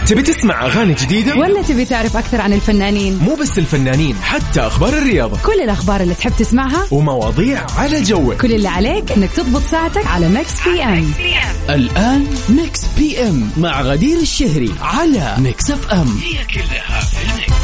تبي تسمع أغاني جديدة ولا تبي تعرف أكثر عن الفنانين؟ مو بس الفنانين، حتى أخبار الرياضة، كل الأخبار اللي تحب تسمعها ومواضيع على جوك. كل اللي عليك إنك تضبط ساعتك على ميكس بي ام. الآن ميكس بي ام مع غدير الشهري على ميكس اف ام. هي كلها في الميكس.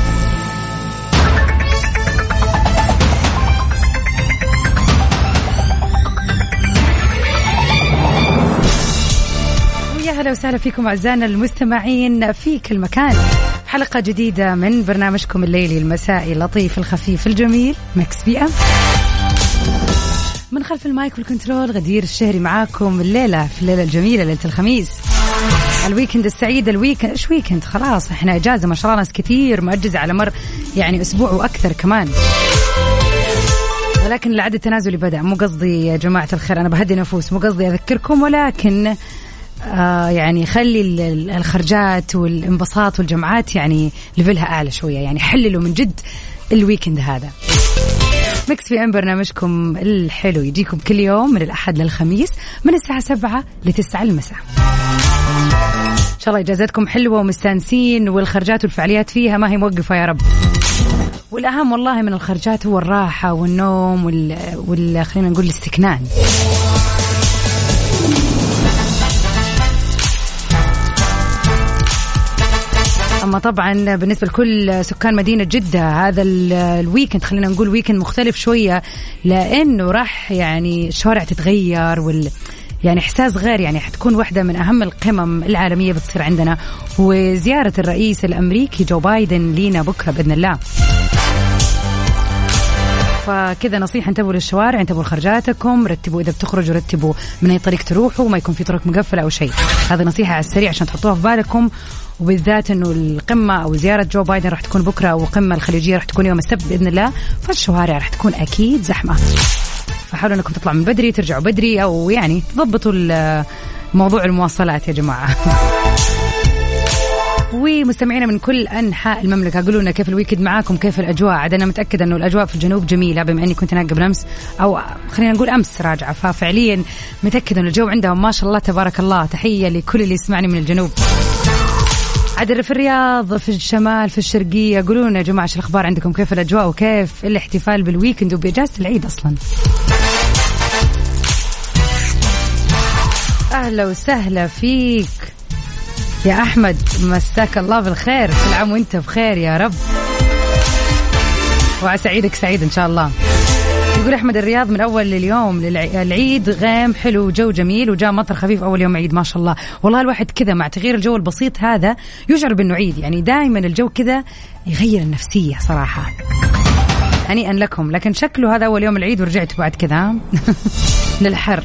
أهلا وسهلا فيكم أعزائنا المستمعين في كل مكان، حلقة جديدة من برنامجكم الليلي المسائي اللطيف الخفيف الجميل ميكس بي ام. من خلف المايك والكنترول غدير الشهري معاكم الليلة في الليلة الجميلة ليلة الخميس، الويكند السعيد. الويكند إيش ويكند؟ خلاص إحنا إجازة ما شاء الله، ناس كتير مأجزة على مر يعني أسبوع وأكثر كمان، ولكن العد التنازلي بدأ. مو قصدي يا جماعة الخير أنا بهدي نفوس، مو قصدي أذكركم، ولكن يعني خلي الخرجات والانبساط والجمعات يعني ليفلها أعلى شوية، يعني حللوا من جد الويكند هذا. ميكس في ام برنامجكم الحلو يجيكم كل يوم من الأحد للخميس من الساعة 7 ل9 المساء. إن شاء الله إجازتكم حلوة ومستانسين، والخرجات والفعاليات فيها ما هي موقفة يا رب. والأهم والله من الخرجات هو الراحة والنوم خلينا نقول الاستكنان. أما طبعا بالنسبة لكل سكان مدينة جدة هذا الويكند خلينا نقول ويكند مختلف شوية، لأنه راح يعني الشوارع تتغير يعني إحساس غير، يعني حتكون واحدة من أهم القمم العالمية بتصير عندنا، وزيارة الرئيس الأمريكي جو بايدن لينا بكرة بإذن الله. فكذا نصيحة انتبهوا للشوارع، انتبهوا لخرجاتكم، رتبوا إذا بتخرجوا رتبوا من أي طريق تروحوا، وما يكون في طرق مقفلة أو شيء. هذه نصيحة على السريع عشان تحطوها في بالكم، وبالذات أنه القمة أو زيارة جو بايدن راح تكون بكرة، وقمة الخليجية راح تكون يوم السبت بإذن الله، فالشوارع راح تكون أكيد زحمة، فحاولوا أنكم تطلعوا من بدري، ترجعوا بدري، أو يعني تضبطوا موضوع المواصلات يا جماعة. ومستمعينا من كل أنحاء المملكة قولوا لنا كيف الويكند معاكم، كيف الأجواء. عاد أنا متأكدة أنه الأجواء في الجنوب جميلة، بما أني كنت هناك قبل أمس، أو خلينا نقول أمس راجعة، ففعليا متأكدة أن الجو عندهم ما شاء الله تبارك الله. تحية لكل اللي يسمعني من الجنوب. عاد في الرياض، في الشمال، في الشرقية، قولوا لنا يا جماعة شو الأخبار عندكم، كيف الأجواء وكيف الاحتفال بالويكند وبإجازة العيد أصلا. أهلا وسهلا فيك يا أحمد، مساك الله بالخير، كل عام وانت بخير يا رب، وعسى عيدك سعيد إن شاء الله. يقول أحمد الرياض من أول اليوم العيد غيم حلو، جو جميل، وجاء مطر خفيف أول يوم عيد ما شاء الله. والله الواحد كذا مع تغيير الجو البسيط هذا يشعر بأنه عيد، يعني دائما الجو كذا يغير النفسية صراحة. هنيئا لكم، لكن شكله هذا أول يوم العيد ورجعت بعد كذا للحر.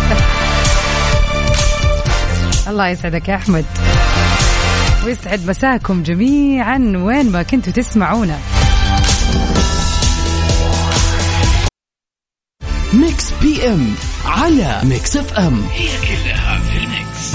الله يسعدك يا أحمد، ويسعد مساكم جميعا وين ما كنتوا تسمعونا. ميكس بي ام على ميكس اف ام، هي كلها في الميكس.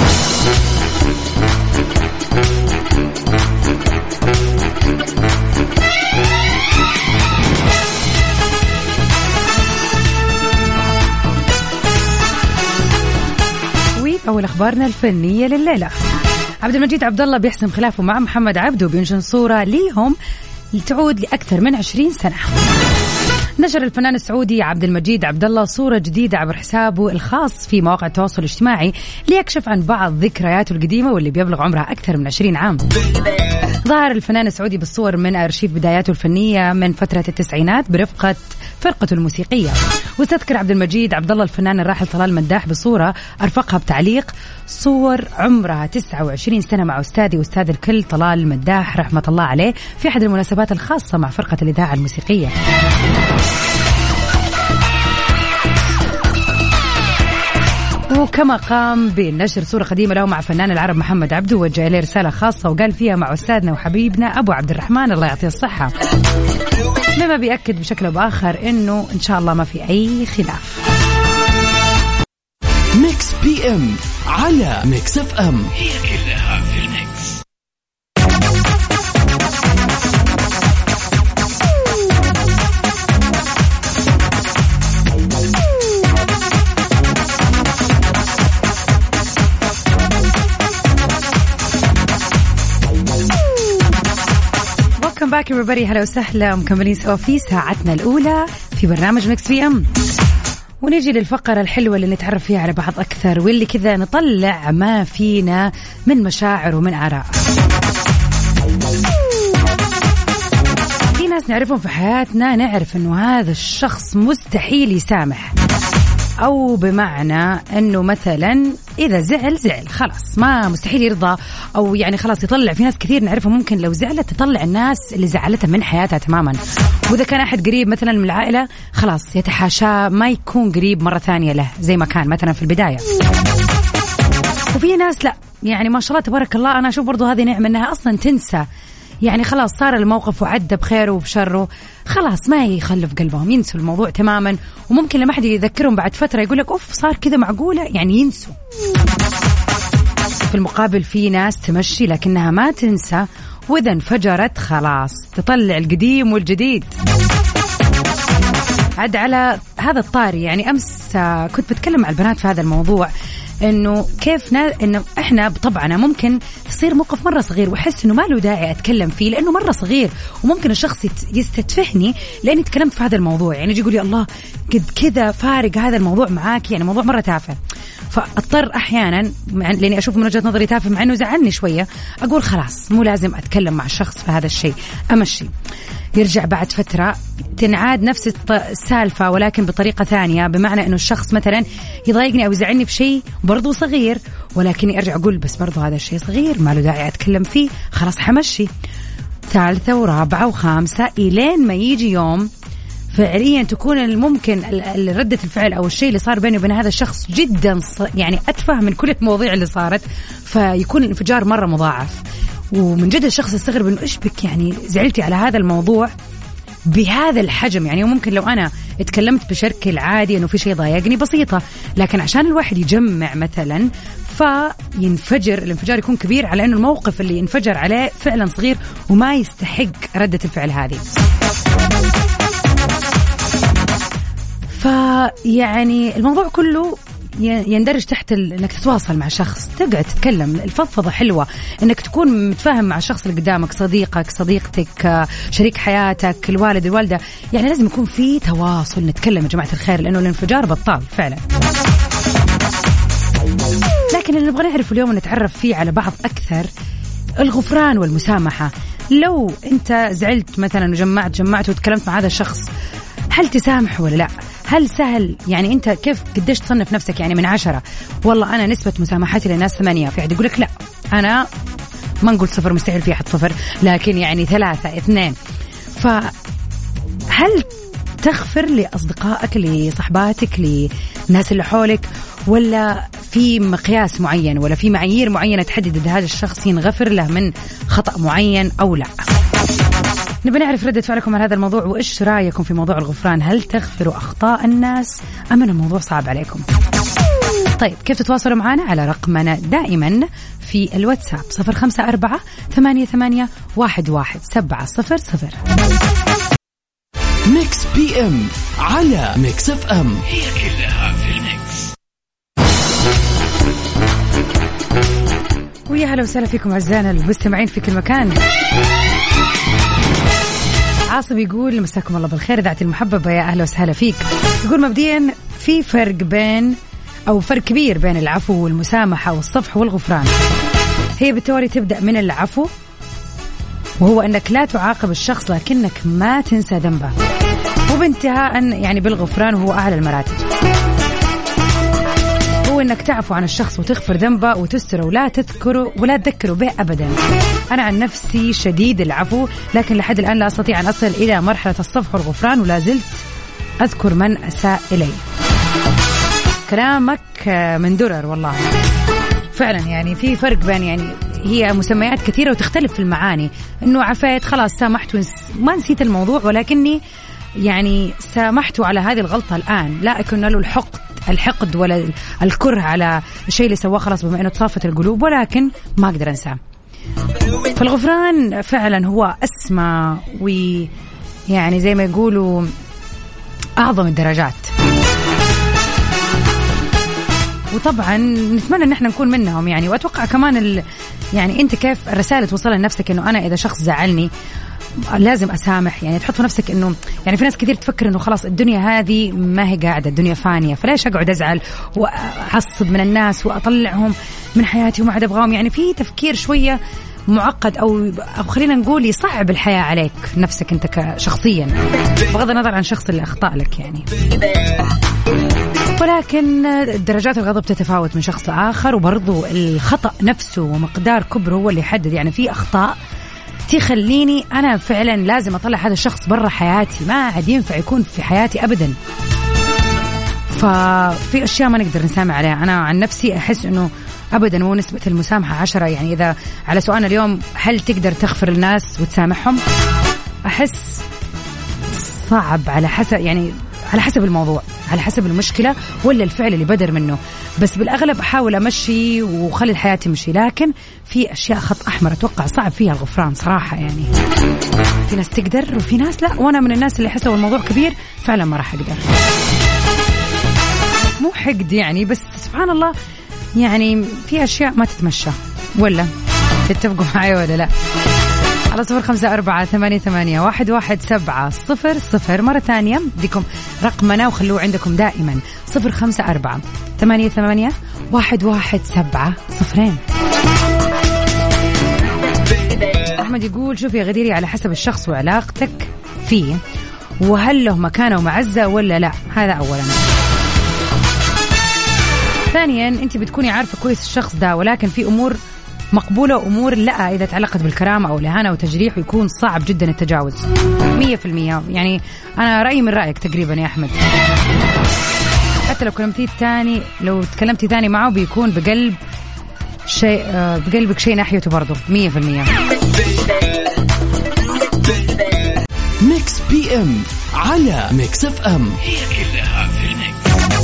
أول أخبارنا الفنية لليلة، عبد المجيد عبد الله بيحسم خلافه مع محمد عبده وبينشر صورة ليهم تعود لأكثر من 20 سنة. نشر الفنان السعودي عبد المجيد عبد الله صورة جديدة عبر حسابه الخاص في مواقع التواصل الاجتماعي ليكشف عن بعض ذكرياته القديمة واللي بيبلغ عمرها أكثر من 20 عام. ظهر الفنان السعودي بالصور من أرشيف بداياته الفنية من فترة التسعينات برفقة فرقته الموسيقية. واستذكر عبد المجيد عبد الله الفنان الراحل طلال مداح بصورة أرفقها بتعليق: صور عمرها 29 سنة مع أستاذي وأستاذ الكل طلال مداح رحمة الله عليه في أحد المناسبات الخاصة مع فرقة الإذاعة الموسيقية. وكما قام بنشر صورة قديمة له مع فنان العرب محمد عبده، وجه إليه رسالة خاصة وقال فيها: مع أستاذنا وحبيبنا أبو عبد الرحمن الله يعطيه الصحة، مما بيأكد بشكل أو بآخر إنه إن شاء الله ما في أي خلاف. ميكس بي ام على ميكس اف ام، هي كلها في الميكس. ويلكم باك everybody. هلا وسهلا، مكملين سوا في ساعتنا الأولى في برنامج ميكس بي ام، ونيجي للفقرة الحلوة اللي نتعرف فيها على بعض أكثر، واللي كذا نطلع ما فينا من مشاعر ومن آراء. في ناس نعرفهم في حياتنا نعرف أنه هذا الشخص مستحيل يسامح، أو بمعنى أنه مثلا إذا زعل خلاص ما مستحيل يرضى، أو يعني خلاص يطلع. في ناس كثير نعرفهم ممكن لو زعلت تطلع الناس اللي زعلتها من حياتها تماما، وإذا كان أحد قريب مثلا من العائلة خلاص يتحاشى ما يكون قريب مرة ثانية له زي ما كان مثلا في البداية. وفي ناس لا، يعني ما شاء الله تبارك الله، أنا أشوف برضو هذه نعمة أنها أصلا تنسى، يعني خلاص صار الموقف وعدى بخيره وبشره، خلاص ما يخلف قلبهم، ينسوا الموضوع تماما. وممكن لما حد يذكرهم بعد فترة يقول لك أوف صار كذا، معقولة؟ يعني ينسوا. في المقابل في ناس تمشي لكنها ما تنسى، وإذا انفجرت خلاص تطلع القديم والجديد. عد على هذا الطاري، يعني أمس كنت بتكلم مع البنات في هذا الموضوع، إنه كيف إنه إحنا بطبعنا ممكن تصير موقف مرة صغير وأحس إنه ما له داعي أتكلم فيه لأنه مرة صغير، وممكن الشخص يستتفهني لأني تكلمت في هذا الموضوع، يعني يجي يقول لي الله قد كذا فارق هذا الموضوع معاك، يعني موضوع مرة تافه. فاضطر أحيانا لأني أشوف من وجهة نظري تافه مع إنه زعلني شوية، أقول خلاص مو لازم أتكلم مع الشخص في هذا الشيء، أمشي. يرجع بعد فترة تنعاد نفس السالفة ولكن بطريقة ثانية، بمعنى أنه الشخص مثلا يضايقني أو يزعلني في شيء برضو صغير، ولكني أرجع أقول بس برضو هذا الشيء صغير ما له داعي أتكلم فيه، خلاص حمشي. ثالثة ورابعة وخامسة إلين ما يجي يوم فعليا تكون الممكن ردة الفعل أو الشيء اللي صار بيني وبين هذا الشخص جدا يعني أتفه من كل المواضيع اللي صارت، فيكون الانفجار مرة مضاعف. ومن جد الشخص يستغرب إنه إيش بك، يعني زعلتي على هذا الموضوع بهذا الحجم؟ يعني ممكن لو أنا اتكلمت بشكل عادي إنه في شيء ضايقني بسيطة، لكن عشان الواحد يجمع مثلا فينفجر، الانفجار يكون كبير على إنه الموقف اللي انفجر عليه فعلا صغير وما يستحق ردة الفعل هذه. فيعني الموضوع كله يندرج تحت انك تتواصل مع شخص، تقعد تتكلم، الفضفضة حلوة، انك تكون متفاهم مع الشخص اللي قدامك، صديقك، صديقتك، شريك حياتك، الوالد، الوالدة، يعني لازم يكون في تواصل، نتكلم يا جماعة الخير، لانه الانفجار بطال فعلا. لكن اللي نبغى نعرفه اليوم ونتعرف فيه على بعض اكثر، الغفران والمسامحة. لو انت زعلت مثلا وجمعت وتكلمت مع هذا الشخص، هل تسامح ولا لا؟ هل سهل؟ يعني أنت كيف قديش تصنف نفسك يعني من 10؟ والله أنا نسبة مسامحاتي للناس 8. في عاد يقول لك لا أنا ما نقول 0، مستحيل في أحد 0، لكن يعني 3 2. فهل تغفر لأصدقائك، لصحباتك، للناس اللي حولك، ولا في مقياس معين ولا في معايير معينة تحدد إذا هذا الشخص ينغفر له من خطأ معين أو لا؟ نبي نعرف ردة فعلكم على هذا الموضوع، وإيش رأيكم في موضوع الغفران؟ هل تغفروا أخطاء الناس أم أن الموضوع صعب عليكم؟ طيب كيف تتواصلوا معنا؟ على رقمنا دائما في الواتساب 0548811700. ميكس بي ام على ميكس اف ام، هي كلها في الميكس. ويا هلا وسهلا فيكم أعزائنا المستمعين في كل مكان. عاصم يقول مساكم الله بالخير ذات المحببة، يا أهلا وسهلا فيك. يقول مبدئيا في فرق كبير بين العفو والمسامحة والصفح والغفران. هي بالتوالي تبدأ من العفو، وهو أنك لا تعاقب الشخص لكنك ما تنسى ذنبه، وبانتهاء يعني بالغفران وهو أعلى المراتب، هو أنك تعفو عن الشخص وتغفر ذنبه وتستره ولا تذكره ولا تذكره به أبدا. أنا عن نفسي شديد العفو، لكن لحد الآن لا أستطيع أن أصل إلى مرحلة الصفح والغفران، ولا زلت أذكر من أساء إلي. كلامك من درر والله فعلا. يعني في فرق بين، يعني هي مسميات كثيرة وتختلف في المعاني، إنه عفيت خلاص سامحت ما نسيت الموضوع، ولكني يعني سامحت على هذه الغلطة الآن، لا أكون له الحقد ولا الكره على الشيء اللي سواه، خلاص بما أنه تصافت القلوب، ولكن ما أقدر أنساه. فالغفران فعلا هو أسمى، ويعني زي ما يقولوا أعظم الدرجات. وطبعا نتمنى ان احنا نكون منهم يعني. واتوقع كمان يعني انت كيف الرسالة توصل لنفسك انه انا اذا شخص زعلني لازم أسامح، يعني تحط في نفسك إنه يعني في ناس كثير تفكر إنه خلاص الدنيا هذه ما هي قاعدة، الدنيا فانية، فليش أقعد أزعل وأعصب من الناس وأطلعهم من حياتي وما عاد أبغاهم. يعني في تفكير شوية معقد أو خلينا نقول يصعب الحياة عليك نفسك أنت كشخصيا، بغض النظر عن شخص اللي أخطأ لك يعني. ولكن درجات الغضب تتفاوت من شخص لآخر، وبرضو الخطأ نفسه ومقدار كبره هو اللي يحدد. يعني في أخطاء تخليني أنا فعلا لازم أطلع هذا الشخص برا حياتي، ما عاد ينفع يكون في حياتي أبدا. ففي أشياء ما نقدر نسامح عليها. أنا عن نفسي أحس أنه أبدا هو نسبة المسامحة 10. يعني إذا على سؤالنا اليوم هل تقدر تغفر الناس وتسامحهم، أحس صعب، على حسب يعني على حسب الموضوع، على حسب المشكلة ولا الفعل اللي بدر منه. بس بالأغلب أحاول أمشي وخلي الحياة تمشي، لكن في أشياء خط أحمر أتوقع صعب فيها الغفران صراحة. يعني في ناس تقدر وفي ناس لا، وأنا من الناس اللي حسوا الموضوع كبير فعلا ما راح أقدر. مو حقد يعني، بس سبحان الله يعني في أشياء ما تتمشى. ولا تتفقوا معي ولا لا؟ على 0548811700. مرة ثانية بديكم رقمنا وخلوه عندكم دائما 0548811700. أحمد يقول شوف يا غديري، على حسب الشخص وعلاقتك فيه وهل له مكانه ومعزة ولا لا، هذا أولا. ثانيا أنت بتكوني عارفة كويس الشخص ده، ولكن في أمور مقبولة وأمور لا إذا تعلقت بالكرامة أو الإهانة وتجريح، ويكون صعب جدا التجاوز 100%. يعني أنا رأيي من رأيك تقريبا يا أحمد. حتى لو تكلمتي ثاني معه بيكون بقلبك شيء ناحيته برضو 100%. ميكس بي ام على ميكس اف ام، هي كلها في الميكس.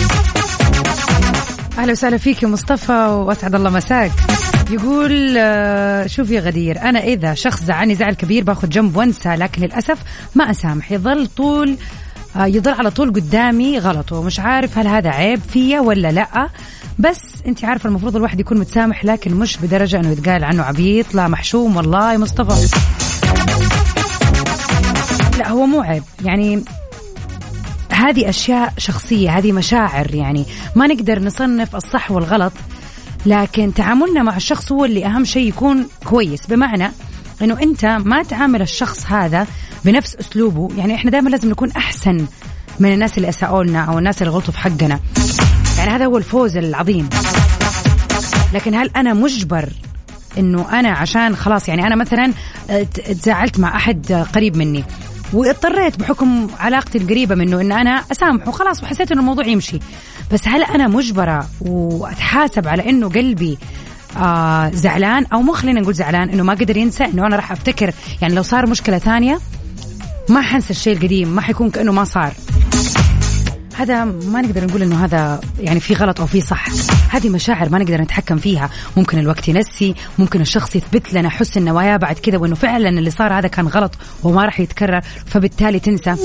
أهلا وسهلا فيك يا مصطفى وأسعد الله مساك. يقول شوف يا غدير، أنا إذا شخص زعلني زعل كبير باخد جنب وانسى، لكن للأسف ما أسامح، يظل على طول قدامي غلطه، ومش عارف هل هذا عيب فيا ولا لأ. بس أنت عارفة المفروض الواحد يكون متسامح، لكن مش بدرجة أنه يتقال عنه عبيط لا محشوم. والله يا مصطفى لا، هو مو عيب، يعني هذه أشياء شخصية، هذه مشاعر، يعني ما نقدر نصنف الصح والغلط، لكن تعاملنا مع الشخص هو اللي أهم شيء يكون كويس. بمعنى أنه أنت ما تعامل الشخص هذا بنفس أسلوبه. يعني إحنا دائما لازم نكون أحسن من الناس اللي أساءوا لنا أو الناس اللي غلطوا في حقنا، يعني هذا هو الفوز العظيم. لكن هل أنا مجبر أنه أنا عشان خلاص، يعني أنا مثلا تزاعلت مع أحد قريب مني واضطريت بحكم علاقتي القريبة منه أن أنا أسامحه خلاص، وحسيت أنه الموضوع يمشي، بس هل أنا مجبرة وأتحاسب على أنه قلبي زعلان أو مو، خلينا نقول زعلان أنه ما قدر ينسى، أنه أنا راح أفتكر يعني لو صار مشكلة ثانية ما حنسى الشيء القديم، ما حيكون كأنه ما صار. هذا ما نقدر نقول أنه هذا يعني في غلط أو في صح، هذه مشاعر ما نقدر نتحكم فيها. ممكن الوقت ينسي، ممكن الشخص يثبت لنا حسن النوايا بعد كذا وأنه فعلا اللي صار هذا كان غلط وما راح يتكرر، فبالتالي تنسى،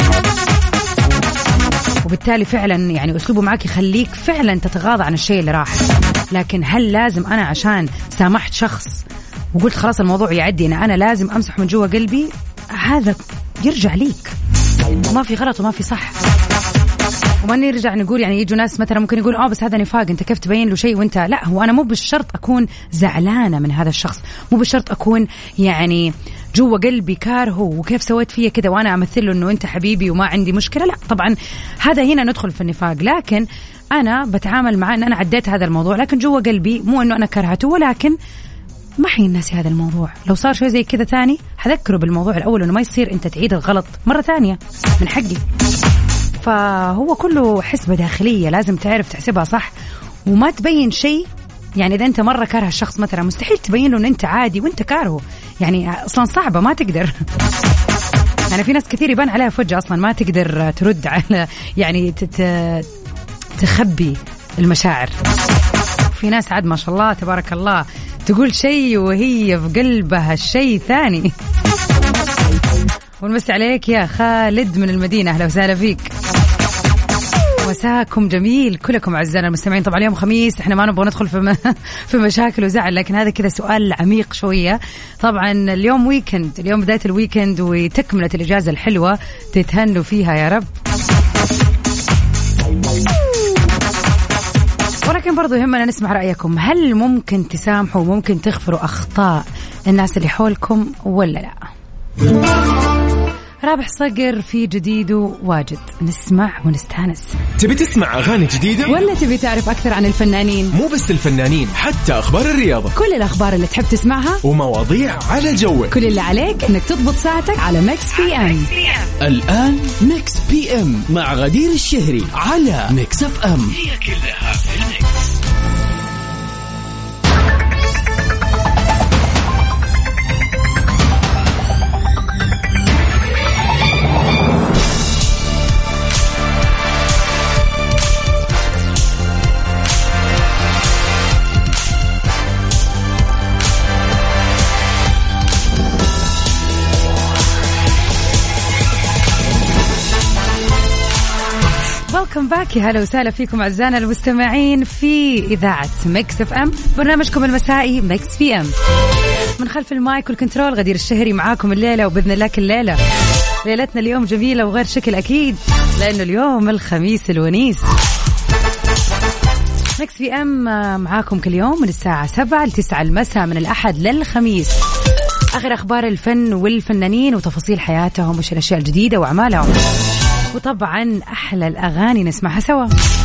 وبالتالي فعلا يعني أسلوبه معك يخليك فعلا تتغاضى عن الشيء اللي راح. لكن هل لازم أنا عشان سامحت شخص وقلت خلاص الموضوع يعدي أنا لازم أمسح من جوا قلبي؟ هذا يرجع ليك، وما في غلط وما في صح. وما نرجع نقول يعني يجوا ناس مثلا ممكن يقول بس هذا نفاق، انت كيف تبين له شيء وانت لا. هو انا مو بالشرط اكون زعلانه من هذا الشخص، مو بالشرط اكون يعني جوا قلبي كارهه وكيف سويت فيا كذا وانا امثل له انه انت حبيبي وما عندي مشكله. لا طبعا هذا هنا ندخل في النفاق، لكن انا بتعامل معاه ان انا عديت هذا الموضوع، لكن جوا قلبي مو انه انا كرهته، ولكن ما حينسي هذا الموضوع. لو صار شيء زي كذا ثاني حذكره بالموضوع الاول انه ما يصير انت تعيد الغلط مره ثانيه من حقي. فهو كله حسبة داخلية لازم تعرف تحسبها صح، وما تبين شيء. يعني إذا أنت مرة كاره الشخص مثلا مستحيل تبين له أن أنت عادي وأنت كارهه، يعني أصلا صعبة ما تقدر. يعني في ناس كثير يبان عليها فجأة أصلا ما تقدر ترد على يعني تخبي المشاعر. في ناس عاد ما شاء الله تبارك الله تقول شيء وهي في قلبها الشيء ثاني. ونمسي عليك يا خالد من المدينة، أهلا وسهلا فيك. مساكم جميل كلكم أعزائنا المستمعين. طبعا اليوم خميس، احنا ما نبغى ندخل في مشاكل وزعل، لكن هذا كذا سؤال عميق شوية. طبعا اليوم ويكند، اليوم بداية الويكند وتكملة الإجازة الحلوة، تتهنوا فيها يا رب. ولكن برضو يهمنا نسمع رأيكم، هل ممكن تسامحوا وممكن تغفروا أخطاء الناس اللي حولكم ولا لا؟ رابح صقر في جديد واجد، نسمع ونستانس. تبي تسمع أغاني جديدة؟ ولا تبي تعرف أكثر عن الفنانين؟ مو بس الفنانين، حتى أخبار الرياضة، كل الأخبار اللي تحب تسمعها ومواضيع على جوك. كل اللي عليك إنك تضبط ساعتك على ميكس بي ام. الآن ميكس بي ام مع غدير الشهري على ميكس اف ام. هي كلها في الميكس. ويلكم باك، يا هلا وسهلا فيكم أعزائنا المستمعين في إذاعة ميكس اف ام، برنامجكم المسائي ميكس بي ام. من خلف المايك والكنترول غدير الشهري معاكم الليلة، وبإذن الله كل ليلة ليلتنا اليوم جميلة وغير شكل أكيد، لأنه اليوم الخميس الونيس. ميكس بي ام معاكم كل يوم من الساعة 7 ل 9 المساء، من الأحد للخميس. آخر أخبار الفن والفنانين وتفاصيل حياتهم وش الأشياء الجديدة وأعمالهم، وطبعا أحلى الأغاني نسمعها سوا.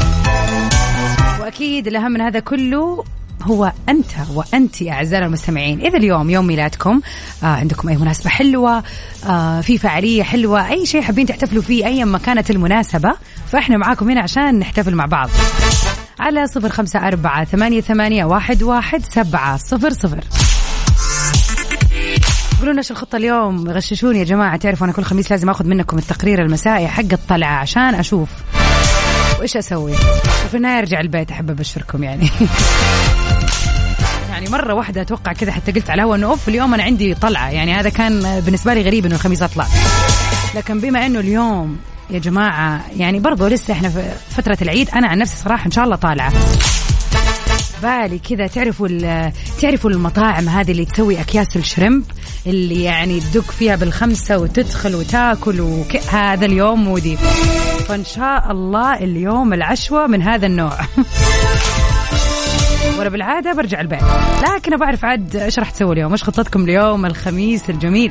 وأكيد الأهم من هذا كله هو أنت وأنتي أعزائنا المستمعين. إذا اليوم يوم ميلادكم، عندكم أي مناسبة حلوة، في فعالية حلوة، أي شيء حابين تحتفلوا فيه أي ما كانت المناسبة، فإحنا معاكم هنا عشان نحتفل مع بعض على 0548811700. قولوا لنا شو الخطة اليوم، غششوني يا جماعة. تعرفوا أنا كل خميس لازم أخذ منكم التقرير المسائي حق الطلعة عشان أشوف وإيش أسوي، وفي النهاية أرجع البيت. أحب أبشركم يعني يعني مرة واحدة أتوقع كذا حتى قلت على هوا أنه أوف اليوم أنا عندي طلعة، يعني هذا كان بالنسبة لي غريب أنه الخميس أطلع، لكن بما أنه اليوم يا جماعة يعني برضو لسه إحنا في فترة العيد، أنا عن نفسي صراحة إن شاء الله طالعة بالي كذا. تعرفوا المطاعم هذه اللي تسوي أكياس الشريمب اللي يعني تدق فيها بالخمسة وتدخل وتاكل هذا اليوم مودي، فإن شاء الله اليوم العشوة من هذا النوع. وأنا بالعادة برجع البيت، لكن بعرف عاد إيش راح تسوي اليوم، إيش خطتكم اليوم الخميس الجميل.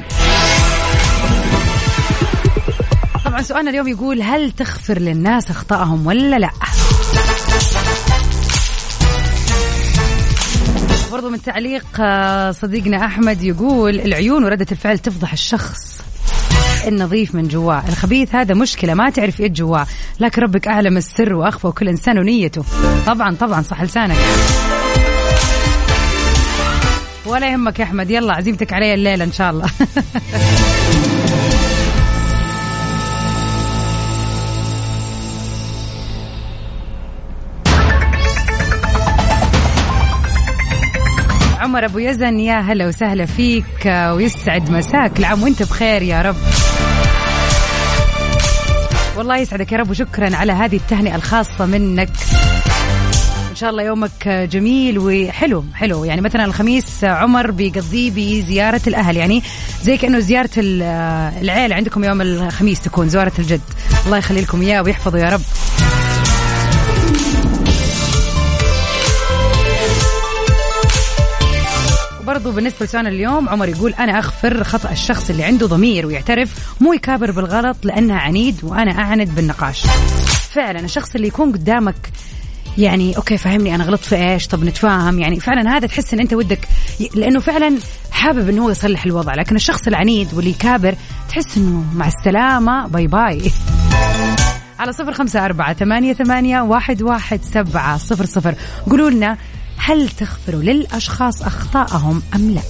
طبعا سؤالنا اليوم يقول، هل تغفر للناس أخطائهم ولا لا؟ برضو من تعليق صديقنا أحمد يقول، العيون وردة الفعل تفضح الشخص النظيف من جواه، الخبيث هذا مشكلة ما تعرف إيه جواه، لكن ربك أعلم السر وأخفى وكل إنسان ونيته. طبعا صح لسانك، ولا يهمك يا أحمد، يلا عزيمتك علي الليلة إن شاء الله. عمر أبو يزن، يا هلا وسهلا فيك ويسعد مساك، العام وانت بخير يا رب. والله يسعدك يا رب، وشكرا على هذه التهنئة الخاصة منك. إن شاء الله يومك جميل وحلو يعني مثلا الخميس عمر بيقضيه بزيارة الأهل، يعني زي كأنه زيارة العيلة عندكم يوم الخميس تكون زيارة الجد. الله يخلي لكم إياه ويحفظه يا رب. برضو بالنسبة لسؤالنا اليوم، عمر يقول، أنا أغفر خطأ الشخص اللي عنده ضمير ويعترف، مو يكابر بالغلط لأنها عنيد وأنا أعند بالنقاش. فعلا الشخص اللي يكون قدامك يعني أوكي فهمني أنا غلطت في إيش، طب نتفاهم، يعني فعلا هذا تحس إن أنت ودك لأنه فعلا حابب إنه هو يصلح الوضع. لكن الشخص العنيد واللي يكابر تحس إنه مع السلامة باي باي. على 0548811700 قولوا لنا، هل تغفروا للأشخاص أخطاءهم أم لا؟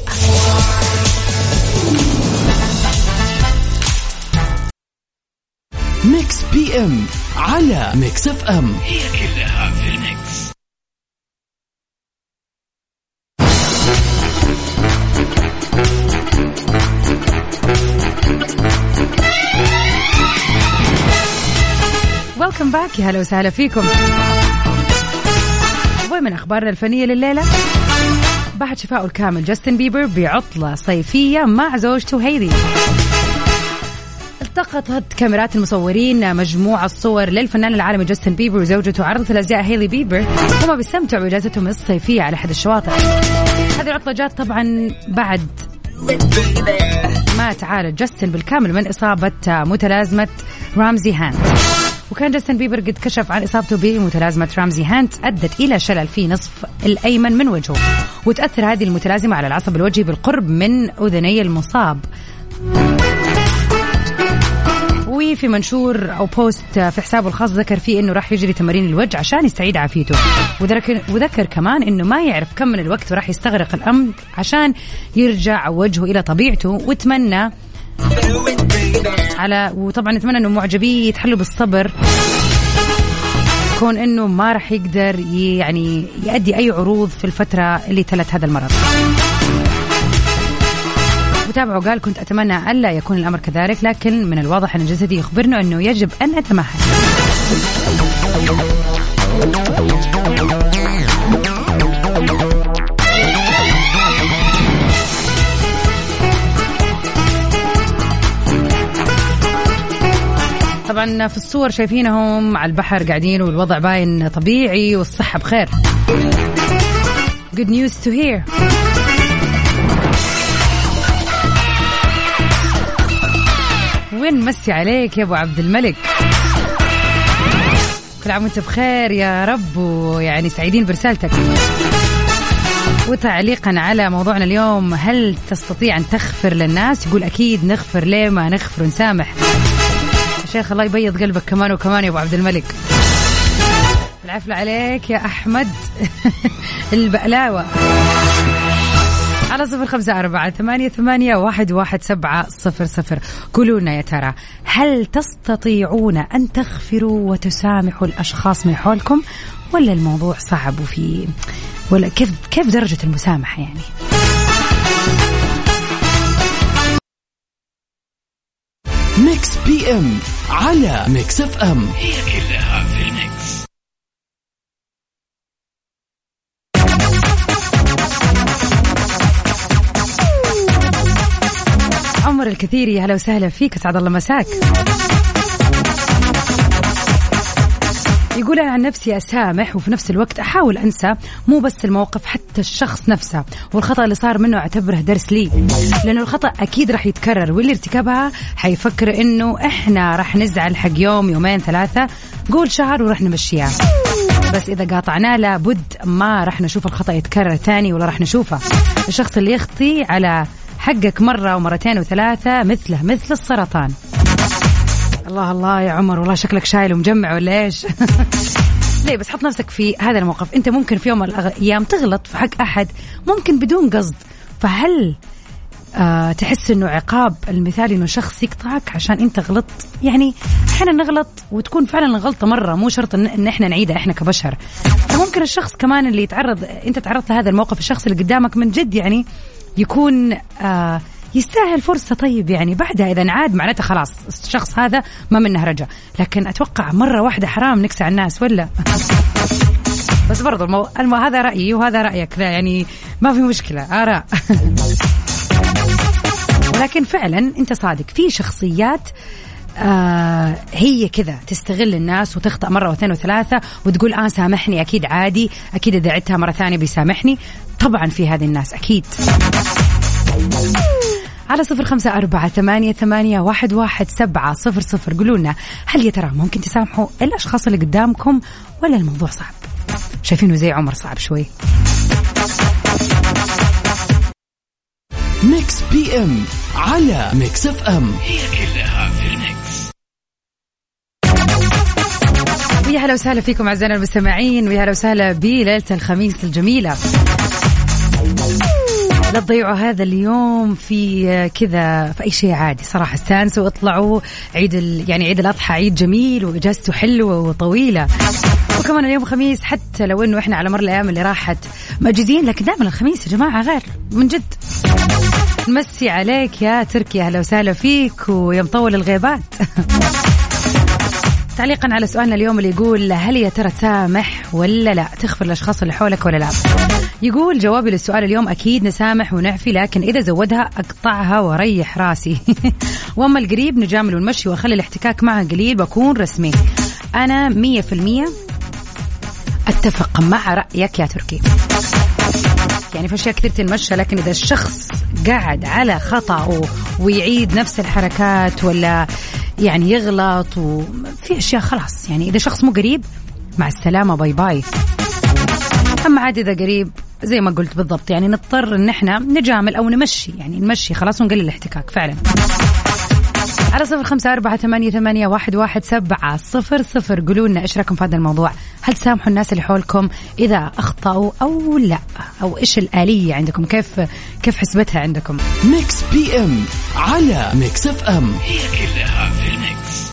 ميكس بي ام على ميكس اف ام، هي كلها في الميكس. ويلكم باك، يا هلا وسهلا فيكم. ومن أخبارنا الفنية لليلة، بعد شفائه الكامل جاستن بيبر بعطلة صيفية مع زوجته هيلي. التقطت كاميرات المصورين مجموعة صور للفنان العالمي جاستن بيبر وزوجته عرضة الأزياء هيلي بيبر هما بيستمتعوا بإجازتهم الصيفية على أحد الشواطئ. هذه العطلة جات طبعا بعد ما تعالج جاستن بالكامل من إصابة متلازمة رامزي هانت، وكان جاستن بيبر قد كشف عن إصابته بمتلازمة رامزي هانت أدت إلى شلل في نصف الأيمن من وجهه، وتأثر هذه المتلازمة على العصب الوجهي بالقرب من أذني المصاب. وفي منشور أو بوست في حسابه الخاص ذكر فيه إنه راح يجري تمارين الوجه عشان يستعيد عافيته، وذكر كمان إنه ما يعرف كم من الوقت وراح يستغرق الأمر عشان يرجع وجهه إلى طبيعته، وتمنى وطبعا نتمنى إنه معجبيه يتحلوا بالصبر، كون إنه ما راح يقدر يعني يؤدي أي عروض في الفترة اللي تلت هذا المرض. متابعه قال: كنت أتمنى ألا يكون الأمر كذلك، لكن من الواضح أن جسدي يخبرنا أنه يجب أن أتمهل. طبعا في الصور شايفينهم على البحر قاعدين والوضع باين طبيعي والصحة بخير. Good news to hear. وين مسي عليك يا أبو عبد الملك، كل عام وانت بخير يا رب، ويعني سعيدين برسالتك. وتعليقا على موضوعنا اليوم، هل تستطيع أن تغفر للناس؟ يقول أكيد نغفر، ليه ما نغفر ونسامح. شيخ الله يبيض قلبك كمان وكمان يا أبو عبد الملك. العفو عليك يا أحمد البقلاوة. على 0548811700 قولوا لنا يا ترى، هل تستطيعون أن تغفروا وتسامحوا الأشخاص من حولكم، ولا الموضوع صعب وفي ولا كيف درجة المسامحة يعني؟ ميكس بي ام على ميكس اف ام، هي كلها في الميكس. عمر الكثيري، هلا وسهلا فيك، اسعد الله مساك. يقول: أنا عن نفسي أسامح وفي نفس الوقت أحاول أنسى، مو بس الموقف حتى الشخص نفسه، والخطأ اللي صار منه أعتبره درس لي، لأنه الخطأ أكيد رح يتكرر، واللي ارتكبها حيفكر إنه إحنا رح نزعل حق يوم يومين ثلاثة، قول شهر ورح نمشيها، بس إذا قاطعنا لابد ما رح نشوف الخطأ يتكرر تاني ولا رح نشوفه. الشخص اللي يخطي على حقك مرة ومرتين وثلاثة مثله مثل السرطان. الله الله يا عمر، والله شكلك شايل ومجمع ولا إيش؟ ليه بس حط نفسك في هذا الموقف، أنت ممكن في يوم من الأيام تغلط في حق أحد ممكن بدون قصد، فهل تحس إنه عقاب المثالي إنه شخص يقطعك عشان أنت غلطت؟ يعني إحنا نغلط وتكون فعلا الغلطة مرة، مو شرط إن إحنا نعيدها إحنا كبشر. فممكن الشخص كمان اللي أنت تعرضت لهذا الموقف، الشخص اللي قدامك من جد يعني يكون يستاهل فرصة، طيب يعني بعدها إذا نعاد معناته خلاص الشخص هذا ما منه رجع، لكن أتوقع مرة واحدة حرام نكسع الناس ولا؟ بس برضو هذا رأيي وهذا رأيك، لا يعني ما في مشكلة، آراء. ولكن فعلا أنت صادق، في شخصيات هي كذا تستغل الناس وتخطأ مرة واثنين وثلاثة وتقول سامحني، أكيد عادي، أكيد إذا عدتها مرة ثانية بيسامحني. طبعا في هذه الناس أكيد. على 0548811700 قولوا لنا، هل يا ترى ممكن تسامحوا الأشخاص اللي قدامكم ولا الموضوع صعب؟ شايفينه زي عمر صعب شوي. ميكس بي ام على ميكس اف ام، هي كلها في الميكس. ويا هلا وسهلا فيكم أعزائنا المستمعين، ويا هلا وسهلا بليلة الخميس الجميلة. لا تضيعوا هذا اليوم في كذا في أي شيء عادي صراحة، استانسوا واطلعوا عيد عيد الأضحى عيد جميل وإجازته حلوة وطويلة، وكمان اليوم خميس، حتى لو إنه إحنا على مر الأيام اللي راحت مأجزين، لكن دائما الخميس يا جماعة غير من جد. نمسي عليك يا تركي، أهلا وسهلا فيك ويا مطول الغيبات. تعليقا على سؤالنا اليوم اللي يقول هل يا ترى تسامح ولا لا، تغفر الأشخاص اللي حولك ولا لا؟ يقول جوابي للسؤال اليوم أكيد نسامح ونعفي، لكن إذا زودها أقطعها وريح راسي. وأما القريب نجامل ونمشي وأخلي الاحتكاك معه قليل وأكون رسمي. أنا 100% أتفق مع رأيك يا تركي. يعني في أشياء كثير تنمشى، لكن إذا الشخص قاعد على خطأه ويعيد نفس الحركات ولا يعني يغلط وفي أشياء خلاص، يعني إذا شخص مو قريب مع السلامة باي باي. أما عاد إذا قريب زي ما قلت بالضبط، يعني نضطر إن إحنا نجامل أو نمشي، يعني نمشي خلاص ونقلل الاحتكاك فعلا. على 0548811700 قولوا لنا إيش رأيكم في هذا الموضوع. هل تسامحوا الناس اللي حولكم إذا أخطأوا أو لا، أو إيش الآلية عندكم، كيف حسبتها عندكم؟ ميكس بي ام على ميكس اف ام، هي كلها في الميكس.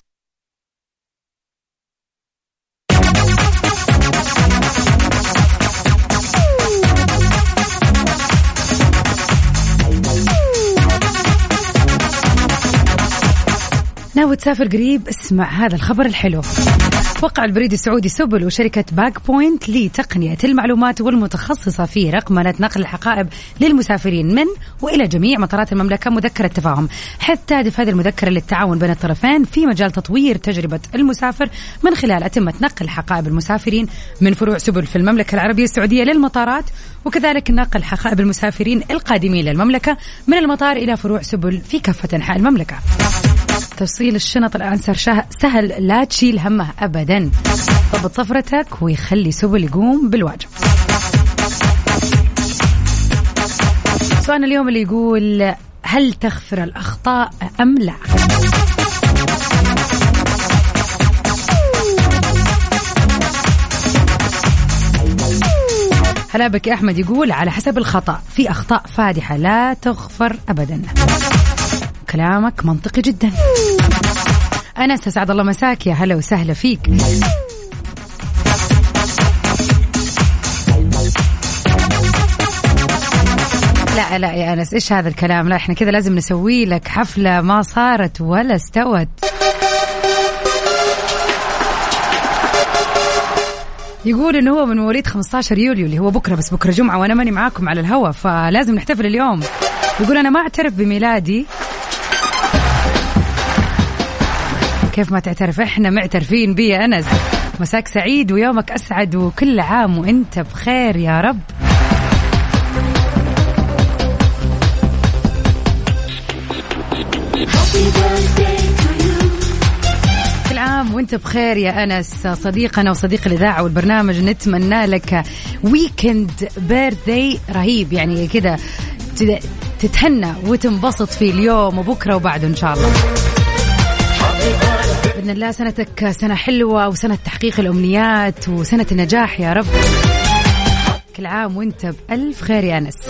ناوي تسافر قريب؟ اسمع هذا الخبر الحلو. وقع البريد السعودي سبل وشركة باك بوينت لتقنية المعلومات والمتخصصة في رقمنة نقل الحقائب للمسافرين من وإلى جميع مطارات المملكة مذكرة تفاهم، حيث تهدف هذه المذكرة للتعاون بين الطرفين في مجال تطوير تجربة المسافر من خلال أتمة نقل حقائب المسافرين من فروع سبل في المملكة العربية السعودية للمطارات، وكذلك نقل حقائب المسافرين القادمين للمملكة من المطار إلى فروع سبل في كافة أنحاء المملكة. تفصيل الشنط الآن صار سهل، لا تشيل همه أبدا. ضبط صفرتك ويخلي سبل يقوم بالواجب. سؤالنا اليوم اللي يقول هل تغفر الأخطاء أم لا؟ هلا بك يا أحمد. يقول على حسب الخطأ، في أخطاء فادحة لا تغفر أبدا. كلامك منطقي جدا. أنس أسعد الله مساك، يا هلا وسهلا فيك. لا يا أنس، إيش هذا الكلام؟ لا إحنا كذا لازم نسوي لك حفلة ما صارت ولا استوت. يقول إنه هو من مواليد 15 يوليو اللي هو بكرة، بس بكرة جمعة وأنا ماني معاكم على الهوا، فلازم نحتفل اليوم. يقول أنا ما أعترف بميلادي. كيف ما تعترف؟ إحنا معترفين بيه يا أنس. مساك سعيد ويومك أسعد وكل عام وإنت بخير يا رب. كل عام وإنت بخير يا أنس صديقنا وصديق الإذاعة والبرنامج. نتمنى لك ويكند بيرثدي رهيب، يعني كده تتهنى وتنبسط في اليوم وبكرة وبعده إن شاء الله. بإذن الله سنتك سنة حلوة وسنة تحقيق الأمنيات وسنة النجاح يا رب. كل عام وانت بألف خير يا أنس.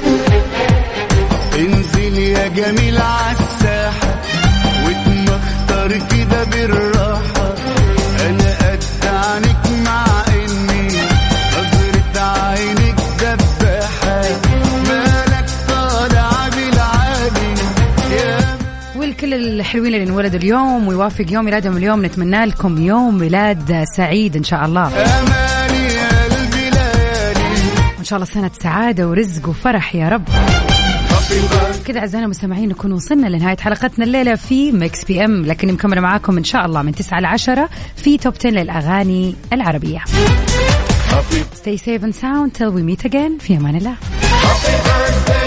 انزل يا جميل عالساحة واتمختار كده بالراحة، أنا قد عنك مع إني نظرة عينك دباحة، مالك طالع بالعالي يا. والكل الحلوين اللي انولدوا اليوم ويوافق يوم ميلادهم اليوم نتمنى لكم يوم ميلاد سعيد إن شاء الله. أماني قلبي ليالي وإن شاء الله سنة سعادة ورزق وفرح يا رب. كده أعزائنا المستمعين نكون وصلنا لنهاية حلقتنا الليلة في ميكس بي ام، لكن مكملة معاكم إن شاء الله من 9 ل 10 في توب 10 للأغاني العربية. Stay safe and sound till we meet again. في أمان الله.